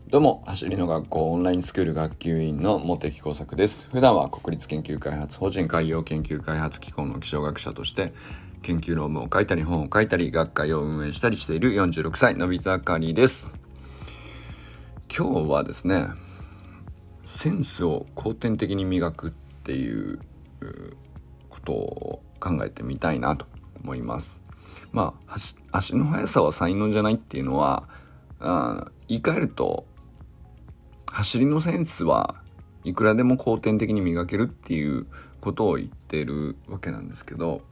どうも、走りの学校オンラインスクール学級委員の茂木耕作です。普段は国立研究開発法人海洋研究開発機構の気象学者として研究論文を書いたり本を書いたり学会を運営したりしている46歳のび盛りです。今日はですね、センスを後天的に磨くっていうことを考えてみたいなと思います。足の速さは才能じゃないっていうのは言い換えると、走りのセンスはいくらでも後天的に磨けるっていうことを言ってるわけなんですけど、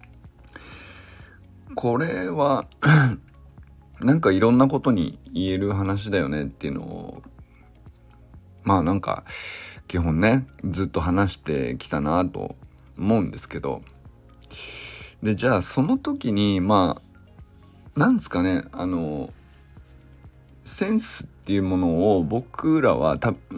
これはなんかいろんなことに言える話だよねっていうのを基本ねずっと話してきたなと思うんですけど、でじゃあその時になんですかね、センスっていうものを僕らは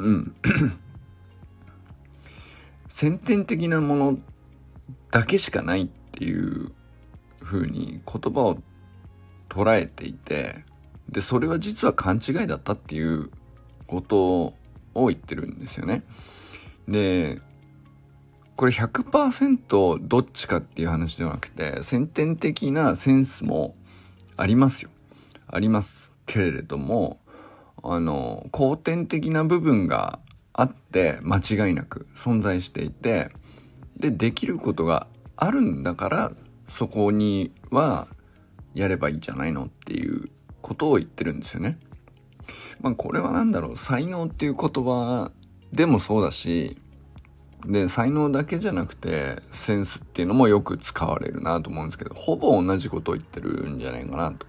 先天的なものだけしかないっていう風に言葉を捉えていて、でそれは実は勘違いだったっていうことを言ってるんですよね。でこれ 100% どっちかっていう話ではなくて、先天的なセンスもありますよ。ありますけれども、後天的な部分があって間違いなく存在していて、できることがあるんだからそこにはやればいいじゃないのっていうことを言ってるんですよね。これは才能っていう言葉でもそうだし、で才能だけじゃなくてセンスっていうのもよく使われるなと思うんですけど、ほぼ同じことを言ってるんじゃないかなと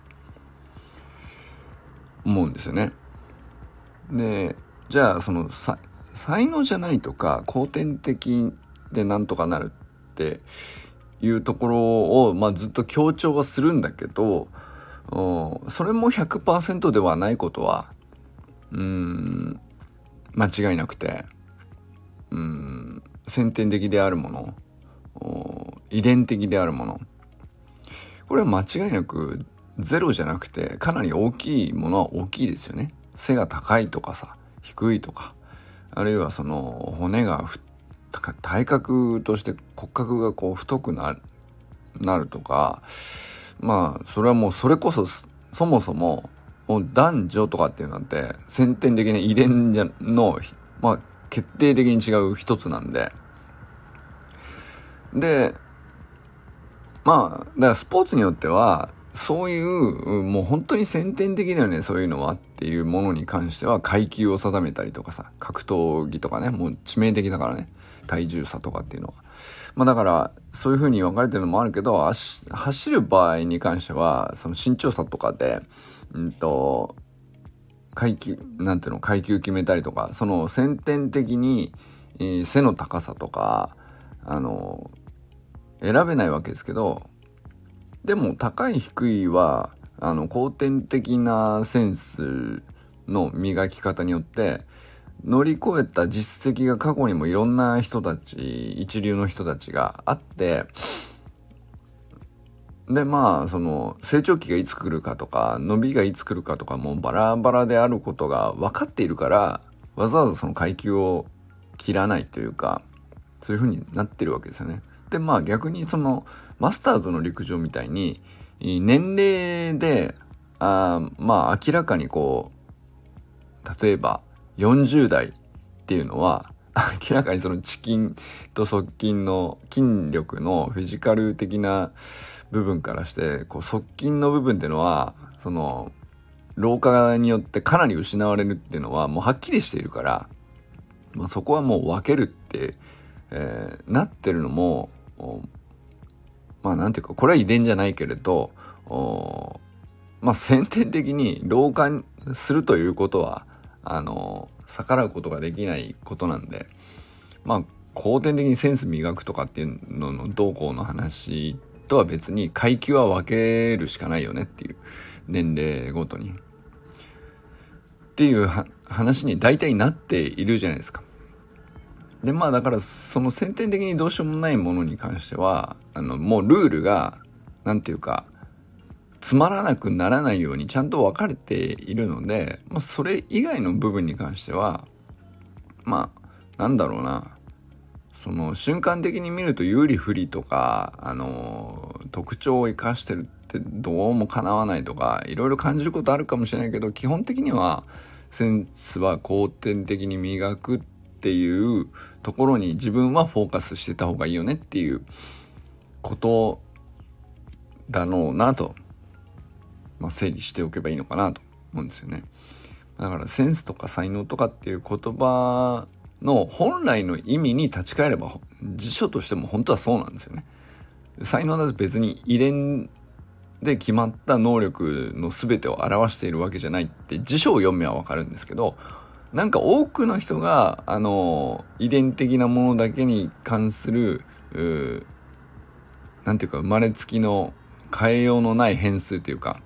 思うんですよね。でじゃあその才能じゃないとか後天的でなんとかなるっていうところを、ずっと強調はするんだけど、それも 100% ではないことは間違いなくて、先天的であるもの、遺伝的であるもの、これは間違いなくゼロじゃなくてかなり大きいものは大きいですよね。背が高いとかさ、低いとか、あるいはその骨が体格として骨格がこう太くなるとか、それはもうそれこそそもそも男女とかっていうのなんて先天的な遺伝の決定的に違う一つなんで、だからスポーツによってはそういうもう本当に先天的だよね、そういうのはっていうものに関しては階級を定めたりとかさ、格闘技とかね、もう致命的だからね、体重差とかっていうのはだからそういう風に分かれてるのもあるけど、走る場合に関してはその身長差とかで階級決めたりとか、その先天的に、背の高さとか選べないわけですけど、でも高い低いは後天的なセンスの磨き方によって乗り越えた実績が過去にもいろんな人たち、一流の人たちがあって、でその成長期がいつ来るかとか伸びがいつ来るかとかもバラバラであることが分かっているから、わざわざその階級を切らないというか、そういう風になってるわけですよね。で逆にそのマスターズの陸上みたいに年齢で明らかにこう、例えば40代っていうのは明らかにその遅筋と速筋の筋力のフィジカル的な部分からしてこう速筋の部分っていうのはその老化によってかなり失われるっていうのはもうはっきりしているから、そこはもう分けるって、なってるのもなんていうか、これは遺伝じゃないけれど先天的に老化するということは逆らうことができないことなんで、後天的にセンス磨くとかっていうののどうこうの話とは別に階級は分けるしかないよねっていう、年齢ごとにっていう話に大体なっているじゃないですか。でだからその先天的にどうしようもないものに関してはもうルールがなんていうかつまらなくならないようにちゃんと分かれているので、それ以外の部分に関してはなんだろうな、その瞬間的に見ると有利不利とか、特徴を生かしてるってどうも叶わないとかいろいろ感じることあるかもしれないけど、基本的にはセンスは後天的に磨くっていうところに自分はフォーカスしてた方がいいよねっていうことだろうなと、整理しておけばいいのかなと思うんですよね。だからセンスとか才能とかっていう言葉の本来の意味に立ち返れば辞書としても本当はそうなんですよね。才能だと別に遺伝で決まった能力の全てを表しているわけじゃないって辞書を読めばわかるんですけど、なんか多くの人が遺伝的なものだけに関するなんていうか生まれつきの変えようのない変数というか、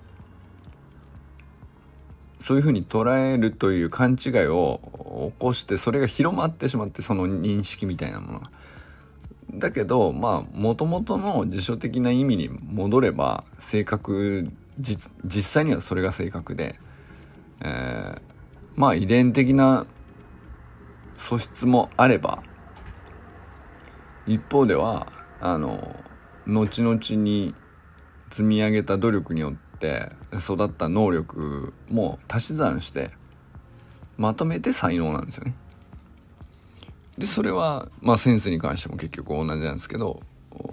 そういうふうに捉えるという勘違いを起こして、それが広まってしまって、その認識みたいなものが。だけど元々の辞書的な意味に戻れば正確、実際にはそれが正確で、遺伝的な素質もあれば、一方では後々に積み上げた努力によって育った能力も足し算してまとめて才能なんですよね。でそれはセンスに関しても結局同じなんですけど、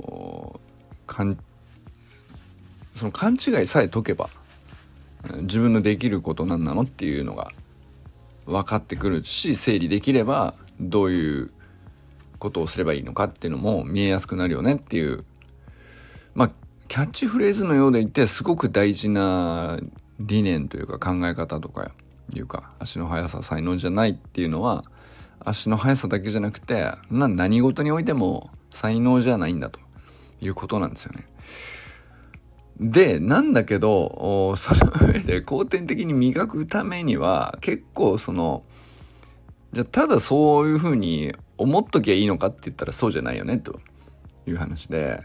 その勘違いさえ解けば自分のできること何なのっていうのが分かってくるし、整理できればどういうことをすればいいのかっていうのも見えやすくなるよねっていう、キャッチフレーズのようでいてすごく大事な理念というか考え方とかいうか、足の速さ才能じゃないっていうのは足の速さだけじゃなくて何事においても才能じゃないんだということなんですよね。でなんだけどその上で後天的に磨くためには結構じゃあただそういうふうに思っときゃいいのかって言ったらそうじゃないよねという話で、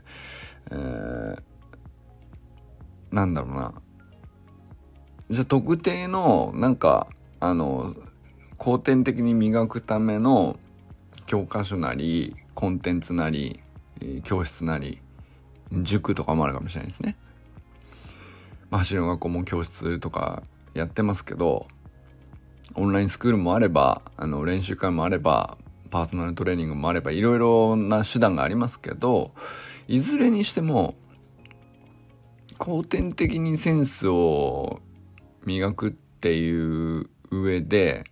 なんだろうな、じゃあ特定の後天的に磨くための教科書なりコンテンツなり教室なり塾とかもあるかもしれないですね。走りの学校も教室とかやってますけど、オンラインスクールもあれば練習会もあればパーソナルトレーニングもあればいろいろな手段がありますけど、いずれにしても後天的にセンスを磨くっていう上で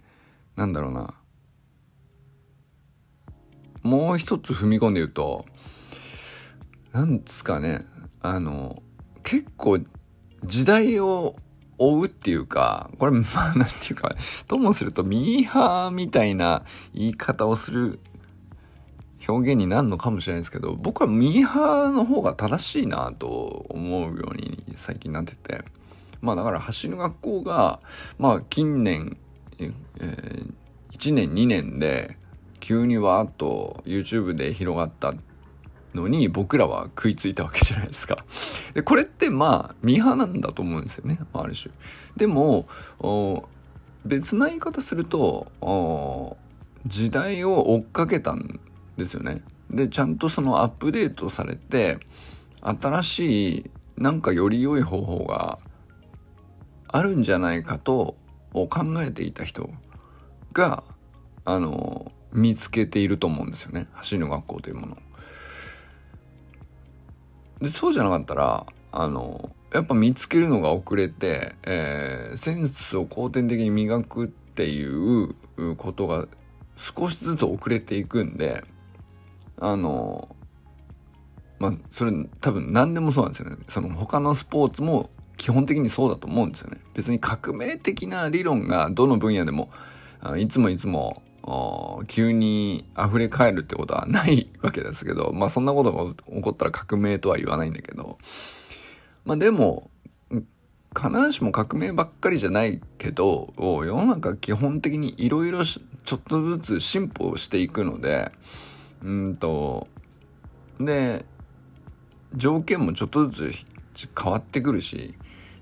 もう一つ踏み込んで言うとなんですかね、結構時代を追うっていうか、これなんていうかともするとミーハーみたいな言い方をする表現になるのかもしれないですけど、僕はミーハーの方が正しいなと思うように最近なってて、だから走る学校が近年、1年2年で急にわーっと YouTube で広がったのに僕らは食いついたわけじゃないですか。でこれってミーハーなんだと思うんですよね、ある種。でも別な言い方すると時代を追っかけたんですよね。でちゃんとそのアップデートされて新しいより良い方法があるんじゃないかと考えていた人が見つけていると思うんですよね、走りの学校というもので。そうじゃなかったらやっぱ見つけるのが遅れて、センスを後天的に磨くっていうことが少しずつ遅れていくんで、それ多分何でもそうなんですよね。その他のスポーツも基本的にそうだと思うんですよね。別に革命的な理論がどの分野でもいつも急に溢れ返るってことはないわけですけど、そんなことが起こったら革命とは言わないんだけど、でも必ずしも革命ばっかりじゃないけど世の中基本的にいろいろちょっとずつ進歩していくので、で条件もちょっとずつ変わってくるし、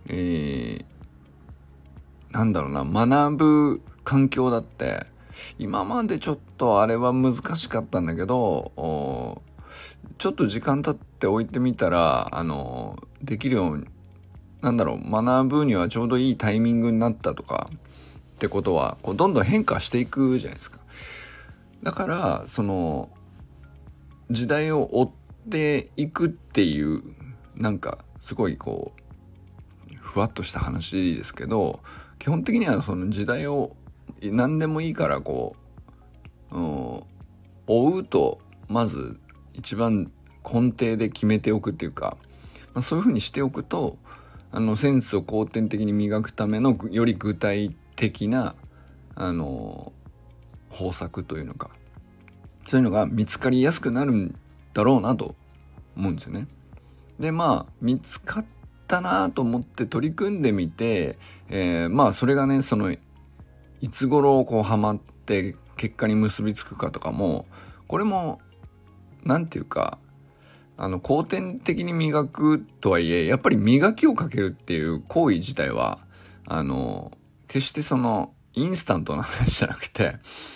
なんだろうな、学ぶ環境だって今までちょっとあれは難しかったんだけど、ちょっと時間経って置いてみたらできるように、なんだろう、学ぶにはちょうどいいタイミングになったとかってことはこうどんどん変化していくじゃないですか。だからその時代を追っていくっていう、なんかすごいこうふわっとした話ですけど、基本的にはその時代を何でもいいからこう、追うとまず一番根底で決めておくっていうか、そういう風にしておくとセンスを後天的に磨くためのより具体的な方策というのか、そういうのが見つかりやすくなるんだろうなと思うんですよね。で見つかったなと思って取り組んでみて、それがねそのいつ頃こうハマって結果に結びつくかとかも、これもなんていうか後天的に磨くとはいえ、やっぱり磨きをかけるっていう行為自体は決してそのインスタントな話じゃなくて、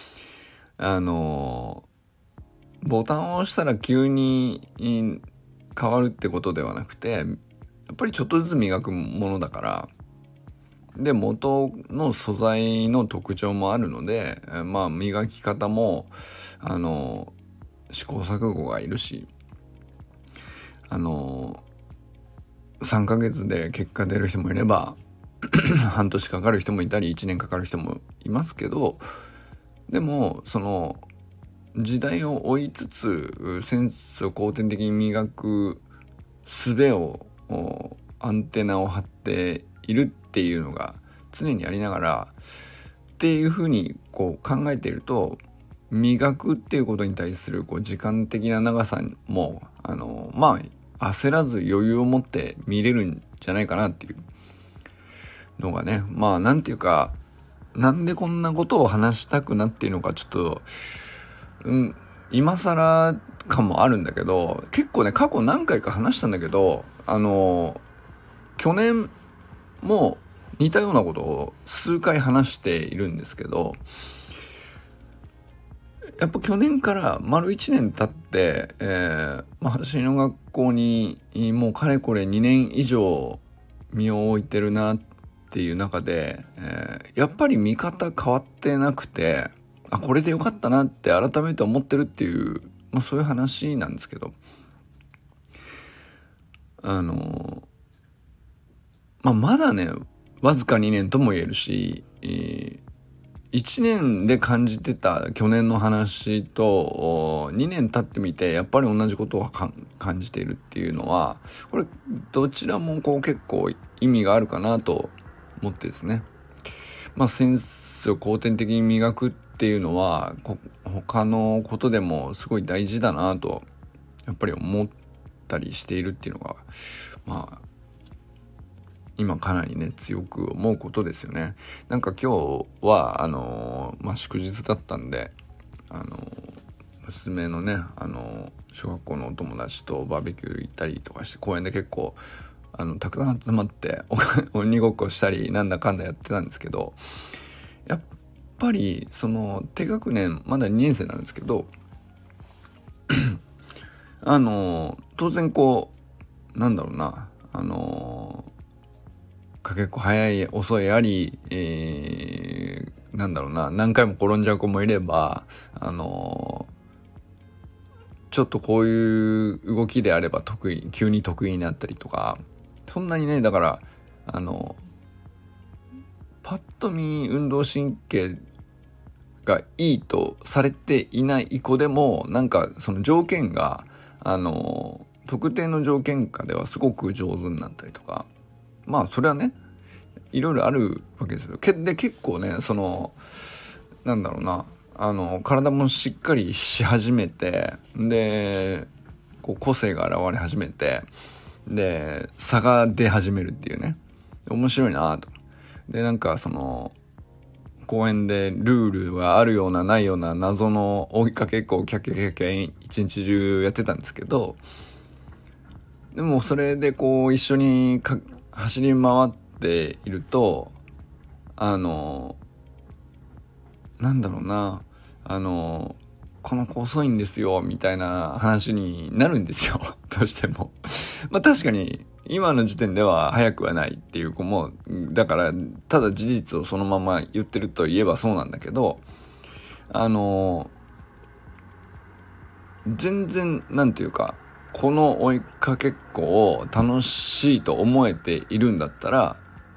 ボタンを押したら急に変わるってことではなくて、やっぱりちょっとずつ磨くものだから、で元の素材の特徴もあるので、磨き方も試行錯誤がいるし、3ヶ月で結果出る人もいれば半年かかる人もいたり1年かかる人もいますけど、でもその時代を追いつつセンスを後天的に磨く術をアンテナを張っているっていうのが常にありながらっていうふうにこう考えていると、磨くっていうことに対するこう時間的な長さも焦らず余裕を持って見れるんじゃないかなっていうのがね、なんていうか、なんでこんなことを話したくなっているのかちょっと今更感もあるんだけど、結構ね過去何回か話したんだけど、去年も似たようなことを数回話しているんですけど、やっぱ去年から丸1年経って、走りの学校にもうかれこれ2年以上身を置いてるなっていう中で、やっぱり見方変わってなくて、これでよかったなって改めて思ってるっていう、そういう話なんですけど、まだねわずか2年とも言えるし、1年で感じてた去年の話と2年経ってみてやっぱり同じことを感じているっていうのは、これどちらもこう結構意味があるかなと思ってですね、センスを後天的に磨くっていうのは他のことでもすごい大事だなとやっぱり思ったりしているっていうのが今かなりね強く思うことですよね。なんか今日は祝日だったんで娘のね小学校のお友達とバーベキュー行ったりとかして公園で結構たくさん集まって鬼ごっこしたりなんだかんだやってたんですけど、やっぱりその低学年まだ2年生なんですけど当然こうなんだろうな結構早い遅いあり、何回も転んじゃう子もいればちょっとこういう動きであれば急に得意になったりとか、そんなにねだからパッと見運動神経がいいとされていない子でもなんかその条件が特定の条件下ではすごく上手になったりとか、それはねいろいろあるわけですよ。で結構ねその体もしっかりし始めて、でこう個性が現れ始めて、で差が出始めるっていうね、面白いなと。でなんかその公園でルールがあるようなないような謎の追いかけっこをキャッキャ一日中やってたんですけど、 でもそれでこう一緒に走り回っていると、なんだろうな、この子遅いんですよみたいな話になるんですよどうしてもまあ確かに今の時点では早くはないっていう子も、だからただ事実をそのまま言ってると言えばそうなんだけど、全然なんていうか、この追いかけっこを楽しいと思えているんだったら、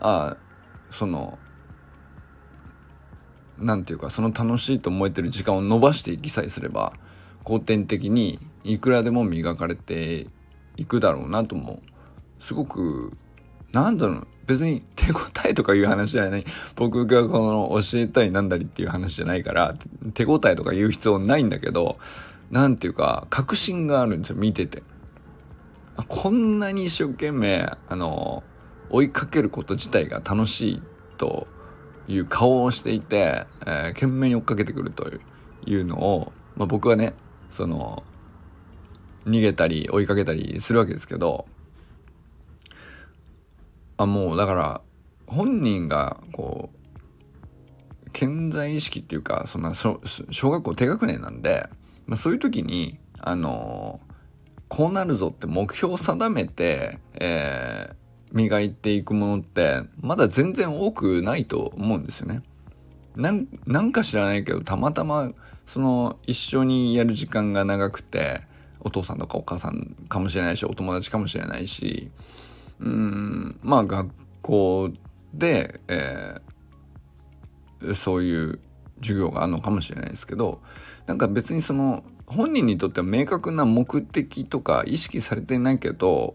なんていうか、その楽しいと思えてる時間を伸ばしていきさえすれば、後天的にいくらでも磨かれていくだろうなとも、すごく、なんだろう、別に手応えとかいう話じゃない。僕がこの教えたりなんだりっていう話じゃないから、手応えとか言う必要ないんだけど、なんていうか、確信があるんですよ、見てて。こんなに一生懸命、追いかけること自体が楽しいという顔をしていて、懸命に追っかけてくるというのを、僕はね、逃げたり追いかけたりするわけですけど、もうだから本人がこう健在意識っていうか、そんな小学校低学年なんで、そういう時にこうなるぞって目標を定めて、磨いていくものってまだ全然多くないと思うんですよね。なんか知らないけど、たまたま一緒にやる時間が長くて、お父さんとかお母さんかもしれないし、お友達かもしれないし、学校で、そういう授業があるのかもしれないですけど、なんか別に本人にとっては明確な目的とか意識されてないけど、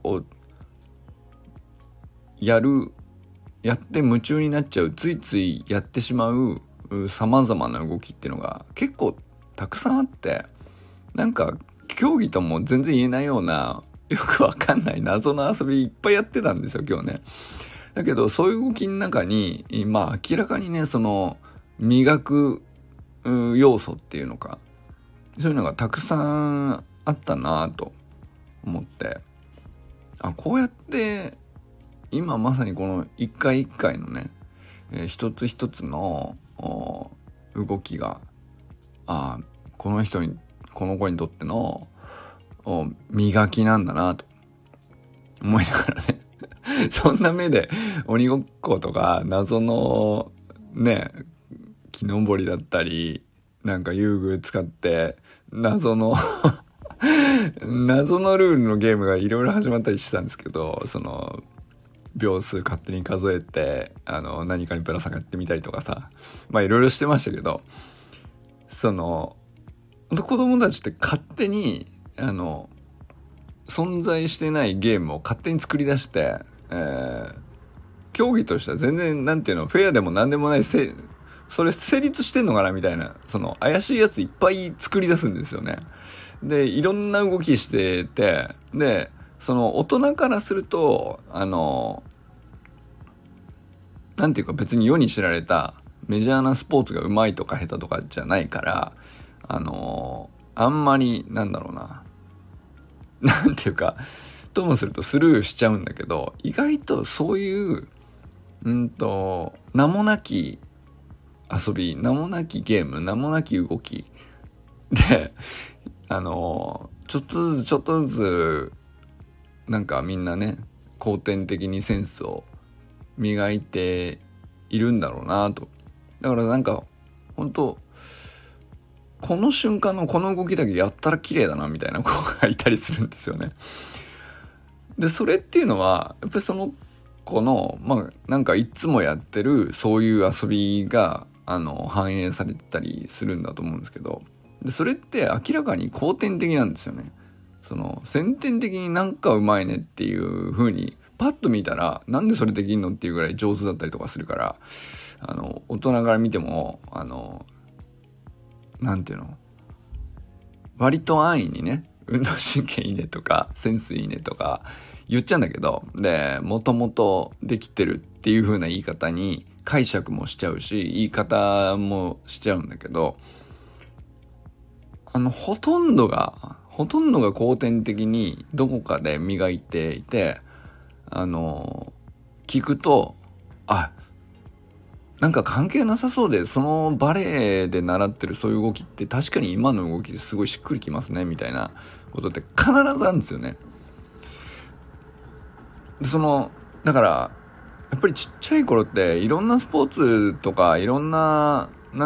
やって夢中になっちゃう、ついついやってしまう様々な動きっていうのが結構たくさんあって、なんか競技とも全然言えないようなよくわかんない謎の遊びいっぱいやってたんですよ、今日ね。だけどそういう動きの中に明らかにね、磨く要素っていうのか、そういうのがたくさんあったなと思って、こうやって今まさにこの一回一回のね、一つ一つの動きが、この子にとっての磨きなんだなと思いながらねそんな目で鬼ごっことか謎のね、木登りだったり、なんか遊具使って謎の謎のルールのゲームがいろいろ始まったりしてたんですけど、秒数勝手に数えて何かにぶら下がってみたりとかさ、いろいろしてましたけど、子供たちって勝手に存在してないゲームを勝手に作り出して、競技としては全然フェアでも何でもない、それ成立してんのかなみたいな、怪しいやついっぱい作り出すんですよね。でいろんな動きしてて、で大人からするとなんていうか、別に世に知られたメジャーなスポーツが上手いとか下手とかじゃないから、あんまりなんていうか、ともするとスルーしちゃうんだけど、意外とそういう名もなき遊び、名もなきゲーム、名もなき動きでちょっとずつなんかみんなね、後天的にセンスを磨いているんだろうなと。だからなんか本当この瞬間のこの動きだけやったら綺麗だなみたいな子がいたりするんですよね。でそれっていうのはやっぱりその子のなんかいつもやってるそういう遊びが反映されてたりするんだと思うんですけど、でそれって明らかに後天的なんですよね。先天的になんかうまいねっていう風にパッと見たら、なんでそれできんのっていうぐらい上手だったりとかするから、大人から見てもなんていうの、割と安易にね、運動神経いいねとかセンスいいねとか言っちゃうんだけど、でもともとできてるっていう風な言い方に解釈もしちゃうし、言い方もしちゃうんだけど、ほとんどがほとんどが後天的にどこかで磨いていて、聞くと、なんか関係なさそうで、そのバレエで習ってるそういう動きって確かに今の動きですごいしっくりきますねみたいなことって必ずあるんですよね。だからやっぱりちっちゃい頃っていろんなスポーツとかいろんな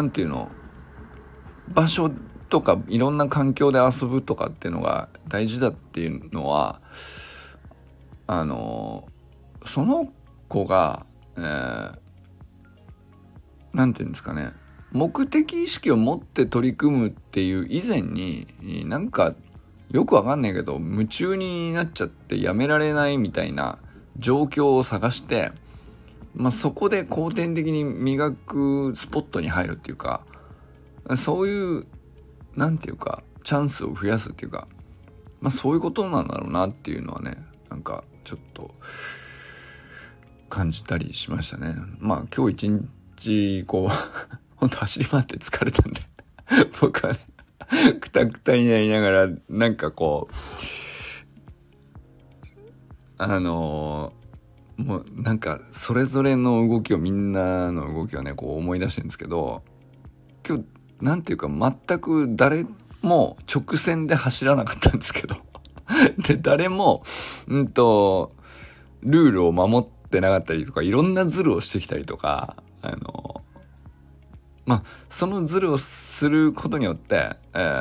場所とかいろんな環境で遊ぶとかっていうのが大事だっていうのはその子が、なんていうんですかね、目的意識を持って取り組むっていう以前になんかよくわかんないけど夢中になっちゃってやめられないみたいな状況を探して、そこで後天的に磨くスポットに入るっていうか、そういうなんていうかチャンスを増やすっていうか、そういうことなんだろうなっていうのはね、なんかちょっと感じたりしましたね。今日一日本当走り回って疲れたんで僕はねくたくたになりながらもうなんかそれぞれの動きをみんなの動きをね思い出してるんですけど、今日なんていうか全く誰も直線で走らなかったんですけどで誰もルールを守ってなかったりとか、いろんなズルをしてきたりとか、そのズルをすることによって、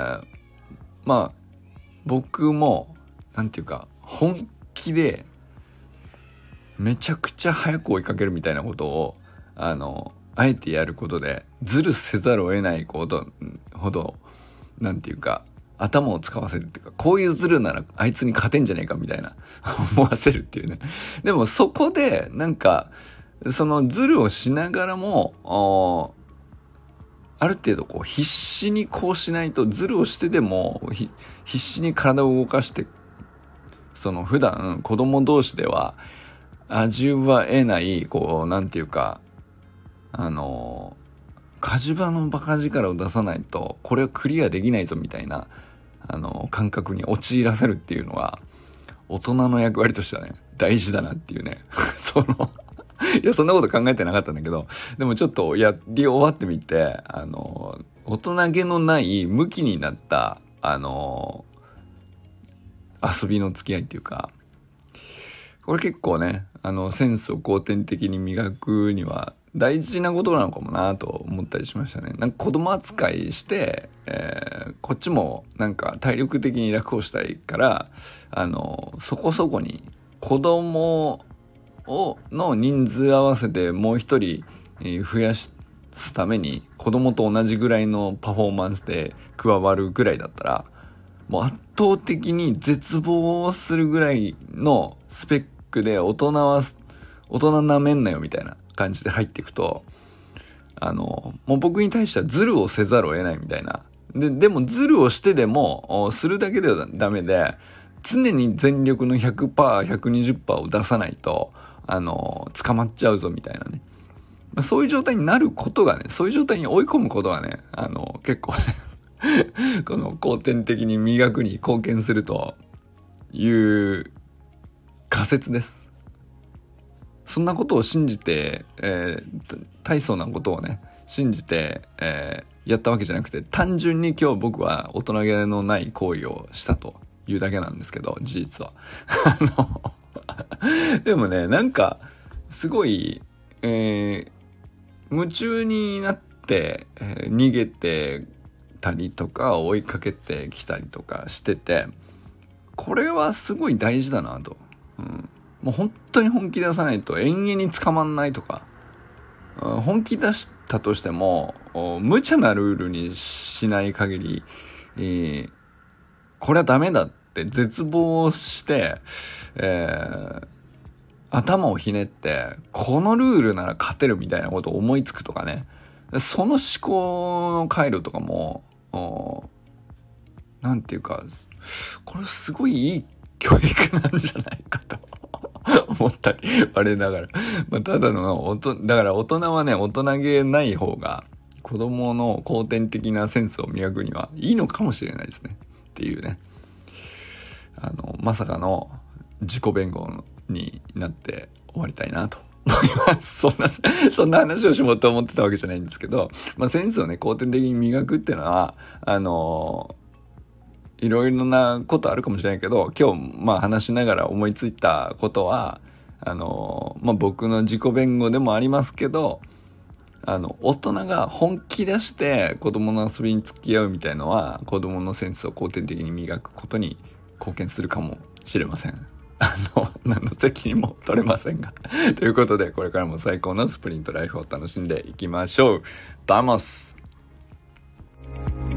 僕もなんていうか本気でめちゃくちゃ早く追いかけるみたいなことをあえてやることでズルせざるを得ないことほどなんていうか頭を使わせるっていうか、こういうズルならあいつに勝てんじゃねえかみたいな思わせるっていうね。でもそこでなんかそのズルをしながらもある程度必死にこうしないと、ズルをしてでも必死に体を動かして、普段子供同士では味わえないなんていうか火事場のバカ力を出さないとこれをクリアできないぞみたいな感覚に陥らせるっていうのは大人の役割としてはね大事だなっていうねいやそんなこと考えてなかったんだけど、でもちょっとやり終わってみて大人げのない無気になった遊びの付き合いっていうか、これ結構ねセンスを後天的に磨くには大事なことなのかもなと思ったりしましたね。なんか子供扱いして、こっちもなんか体力的に楽をしたいからそこそこに子供の人数合わせてもう一人増やすために子供と同じぐらいのパフォーマンスで加わるぐらいだったら、もう圧倒的に絶望するぐらいのスペックで大人なめんなよみたいな感じで入っていくともう僕に対してはズルをせざるを得ないみたいな。でもズルをしてでもするだけではダメで、常に全力の 100%、120% を出さないと捕まっちゃうぞみたいなね。そういう状態になることがね、そういう状態に追い込むことがね結構ねこの後天的に磨くに貢献するという仮説です。そんなことを信じて、大層なことをね信じて、やったわけじゃなくて、単純に今日僕は大人げのない行為をしたというだけなんですけど、事実はでもね、なんかすごい、夢中になって、逃げてたりとか追いかけてきたりとかしてて、これはすごい大事だなと、もう本当に本気出さないと永遠に捕まんないとか、本気出したとしても無茶なルールにしない限り、これはダメだって絶望して、頭をひねってこのルールなら勝てるみたいなことを思いつくとかね、その思考の回路とかもなんていうか、これすごいいい教育なんじゃないかと思ったり我ながら、ただのだから大人はね、大人げない方が子供の後天的なセンスを磨くにはいいのかもしれないですねっていうね。 まさかの自己弁護になって終わりたいなと思います。そんな話をしようと思ってたわけじゃないんですけど、センスをね、後天的に磨くっていうのは、いろいろなことあるかもしれないけど、今日、話しながら思いついたことは、僕の自己弁護でもありますけど、大人が本気出して子供の遊びに付き合うみたいのは、子供のセンスを後天的に磨くことに貢献するかもしれません。何の責任も取れませんが。ということで、これからも最高のスプリントライフを楽しんでいきましょう。バモス！